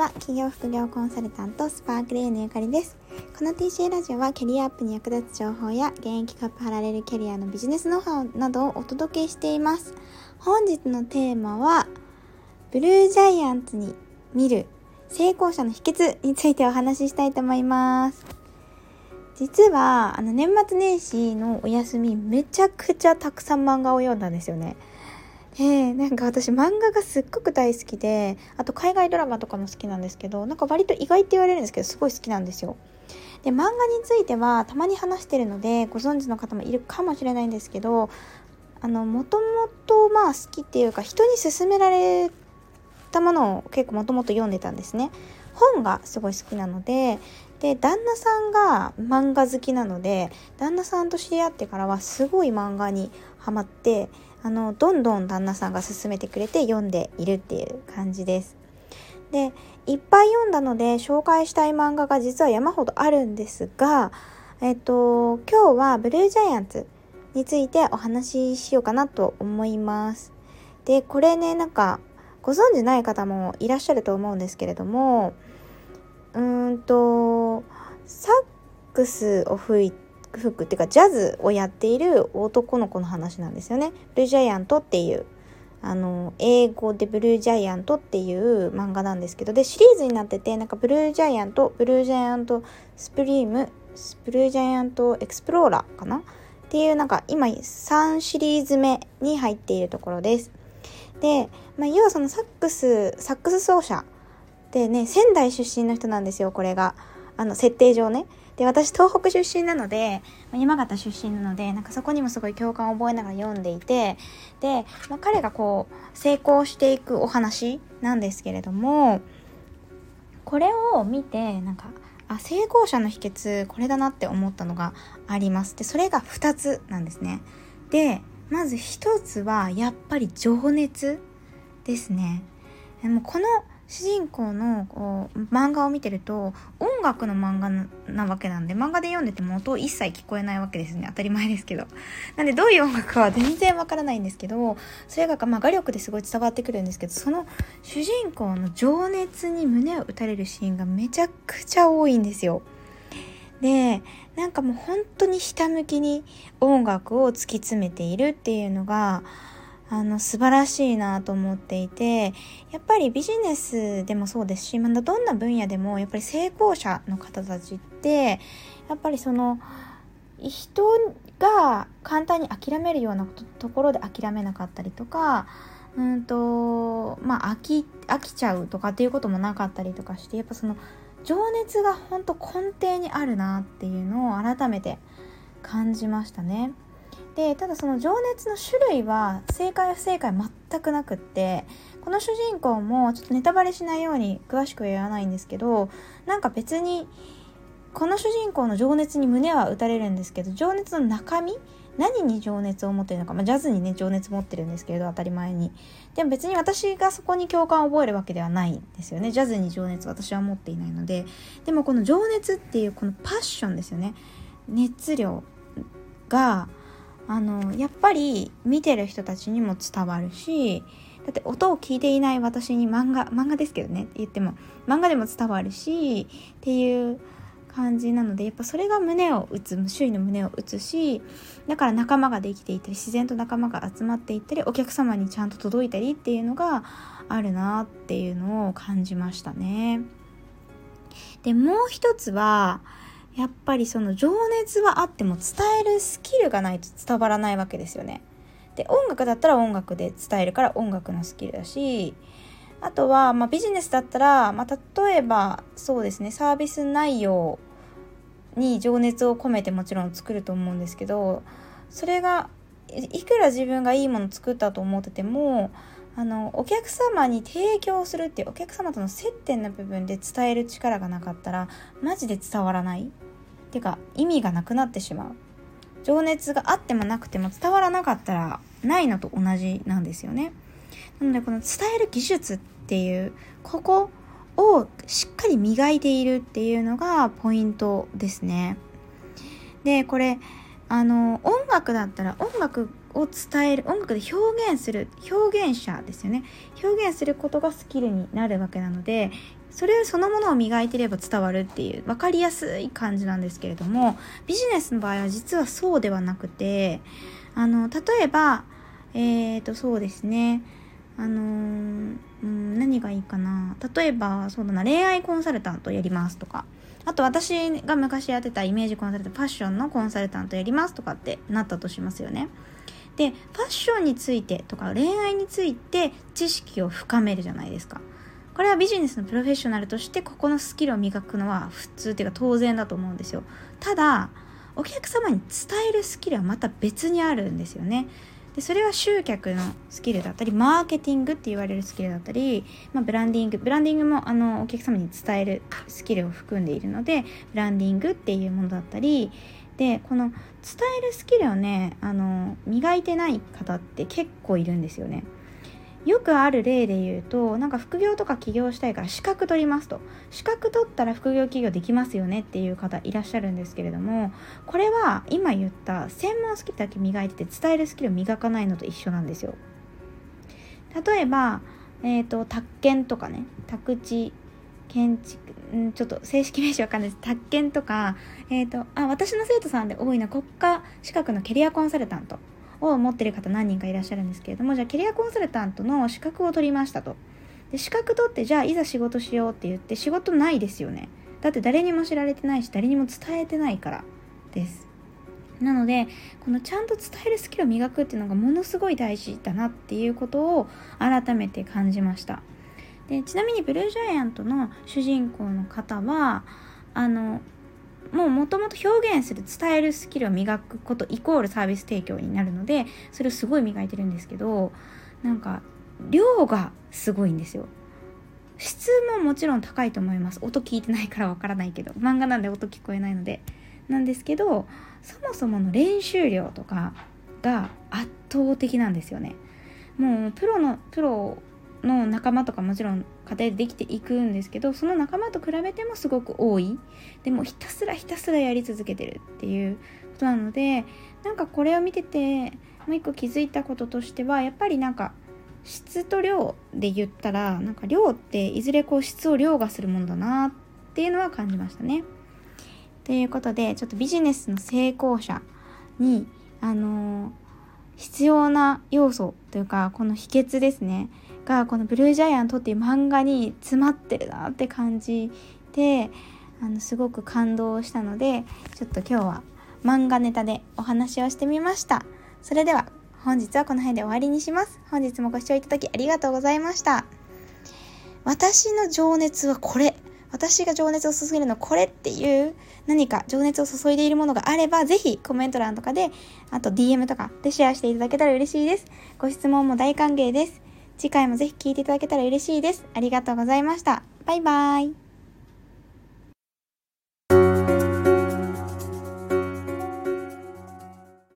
は。企業副業コンサルタントスパークリーのゆかりです。この TCA ラジオはキャリアアップに役立つ情報や現役カップパラレルキャリアのビジネスノウハウなどをお届けしています。本日のテーマはブルージャイアンツに見る成功者の秘訣についてお話ししたいと思います。実は年末年始のお休みめちゃくちゃたくさん漫画を読んだんですよね。なんか私漫画がすっごく大好きで、あと海外ドラマとかも好きなんですけど、なんか割と意外って言われるんですけどすごい好きなんですよ。で、漫画についてはたまに話してるのでご存知の方もいるかもしれないんですけど、もともと好きっていうか人に勧められたものを結構もともと読んでたんですね。本がすごい好きなので、旦那さんが漫画好きなので、旦那さんと知り合ってからはすごい漫画にハマって、どんどん旦那さんが勧めてくれて読んでいるっていう感じです。で、いっぱい読んだので紹介したい漫画が実は山ほどあるんですが、今日はブルージャイアンツについてお話ししようかなと思います。で、これね、なんかご存知ない方もいらっしゃると思うんですけれども、サックスを吹くっていうかジャズをやっている男の子の話なんですよね。ブルージャイアントっていう英語でブルージャイアントっていう漫画なんですけど、でシリーズになってて、なんかブルージャイアント、ブルージャイアントスプリーム、ブルージャイアントエクスプローラーかなっていう、なんか今3シリーズ目に入っているところです。で、要はそのサックス奏者でね、仙台出身の人なんですよ、これが設定上ね。で、私東北出身なので、山形出身なので、なんかそこにもすごい共感を覚えながら読んでいて、で、彼がこう成功していくお話なんですけれども、これを見てなんか成功者の秘訣これだなって思ったのがあります。で、それが2つなんですね。で、まず1つはやっぱり情熱ですね。もうこの主人公の漫画を見てると音楽の漫画 なわけなんで、漫画で読んでても音一切聞こえないわけですね。当たり前ですけど。なんでどういう音楽かは全然わからないんですけど、それが画力ですごい伝わってくるんですけど、その主人公の情熱に胸を打たれるシーンがめちゃくちゃ多いんですよ。で、なんかもう本当にひたむきに音楽を突き詰めているっていうのが素晴らしいなと思っていて、やっぱりビジネスでもそうですし、どんな分野でもやっぱり成功者の方たちってやっぱりその人が簡単に諦めるようなところで諦めなかったりとか、飽きちゃうとかっていうこともなかったりとかして、やっぱその情熱が本当根底にあるなっていうのを改めて感じましたね。で、ただその情熱の種類は正解不正解全くなくって、この主人公もちょっとネタバレしないように詳しくは言わないんですけど、なんか別にこの主人公の情熱に胸は打たれるんですけど、情熱の中身、何に情熱を持ってるのか、ジャズにね情熱持ってるんですけれど、当たり前に。でも別に私がそこに共感を覚えるわけではないんですよね。ジャズに情熱私は持っていないので。でもこの情熱っていうこのパッションですよね、熱量がやっぱり見てる人たちにも伝わるし、だって音を聞いていない私に漫画ですけどねって言っても漫画でも伝わるしっていう感じなので、やっぱそれが胸を打つ、周囲の胸を打つし、だから仲間ができていったり、自然と仲間が集まっていったり、お客様にちゃんと届いたりっていうのがあるなっていうのを感じましたね。で、もう一つはやっぱりその情熱はあっても伝えるスキルがないと伝わらないわけですよね。で、音楽だったら音楽で伝えるから音楽のスキルだし、あとはビジネスだったら、例えばそうですね、サービス内容に情熱を込めてもちろん作ると思うんですけど、それがいくら自分がいいもの作ったと思ってても、お客様に提供するっていうお客様との接点の部分で伝える力がなかったらマジで伝わらないっていうか、意味がなくなってしまう。情熱があってもなくても伝わらなかったらないのと同じなんですよね。なのでこの伝える技術っていうここをしっかり磨いているっていうのがポイントですね。で、これ音楽だったら音楽を伝える、音楽で表現する表現者ですよね。表現することがスキルになるわけなので、 それそのものを磨いていれば伝わるっていう分かりやすい感じなんですけれども、ビジネスの場合は実はそうではなくて、例えばそうですね、何がいいかな。例えばそうだな、恋愛コンサルタントやりますとか、あと私が昔やってたイメージコンサルタント、ファッションのコンサルタントやりますとかってなったとしますよね。でファッションについてとか恋愛について知識を深めるじゃないですか。これはビジネスのプロフェッショナルとしてここのスキルを磨くのは普通っていうか当然だと思うんですよ。ただお客様に伝えるスキルはまた別にあるんですよね。でそれは集客のスキルだったり、マーケティングって言われるスキルだったり、ブランディングもお客様に伝えるスキルを含んでいるので、ブランディングっていうものだったりで、この伝えるスキルをね磨いてない方って結構いるんですよね。よくある例で言うと、なんか副業とか起業したいから資格取りますと、資格取ったら副業起業できますよねっていう方いらっしゃるんですけれども、これは今言った専門スキルだけ磨いてて伝えるスキルを磨かないのと一緒なんですよ。例えば宅建とかね、宅地建築、ちょっと正式名称わかんないです。宅建とか私の生徒さんで多いのは国家資格のキャリアコンサルタントを持ってる方何人かいらっしゃるんですけれども、じゃあキャリアコンサルタントの資格を取りましたと。で資格取ってじゃあいざ仕事しようって言って仕事ないですよね。だって誰にも知られてないし誰にも伝えてないからです。なのでこのちゃんと伝えるスキルを磨くっていうのがものすごい大事だなっていうことを改めて感じました。でちなみにブルージャイアントの主人公の方はもともと表現する伝えるスキルを磨くことイコールサービス提供になるので、それをすごい磨いてるんですけど、なんか量がすごいんですよ。質ももちろん高いと思います。音聞いてないからわからないけど、漫画なんで音聞こえないのでなんですけど、そもそもの練習量とかが圧倒的なんですよね。もうプロの仲間とかもちろん家庭でできていくんですけど、その仲間と比べてもすごく多い。でもひたすらやり続けてるっていうことなので、なんかこれを見ててもう一個気づいたこととしては、やっぱりなんか質と量で言ったら、なんか量っていずれこう質を凌駕するものだなっていうのは感じましたね。ということで、ちょっとビジネスの成功者に必要な要素というか、この秘訣ですねがこのブルージャイアントっていう漫画に詰まってるなって感じて、すごく感動したので、ちょっと今日は漫画ネタでお話をしてみました。それでは本日はこの辺で終わりにします。本日もご視聴いただきありがとうございました。私の情熱はこれ、私が情熱を注げるのはこれっていう何か情熱を注いでいるものがあれば、ぜひコメント欄とかで、あと DM とかでシェアしていただけたら嬉しいです。ご質問も大歓迎です。次回もぜひ聞いていただけたら嬉しいです。ありがとうございました。バイバイ。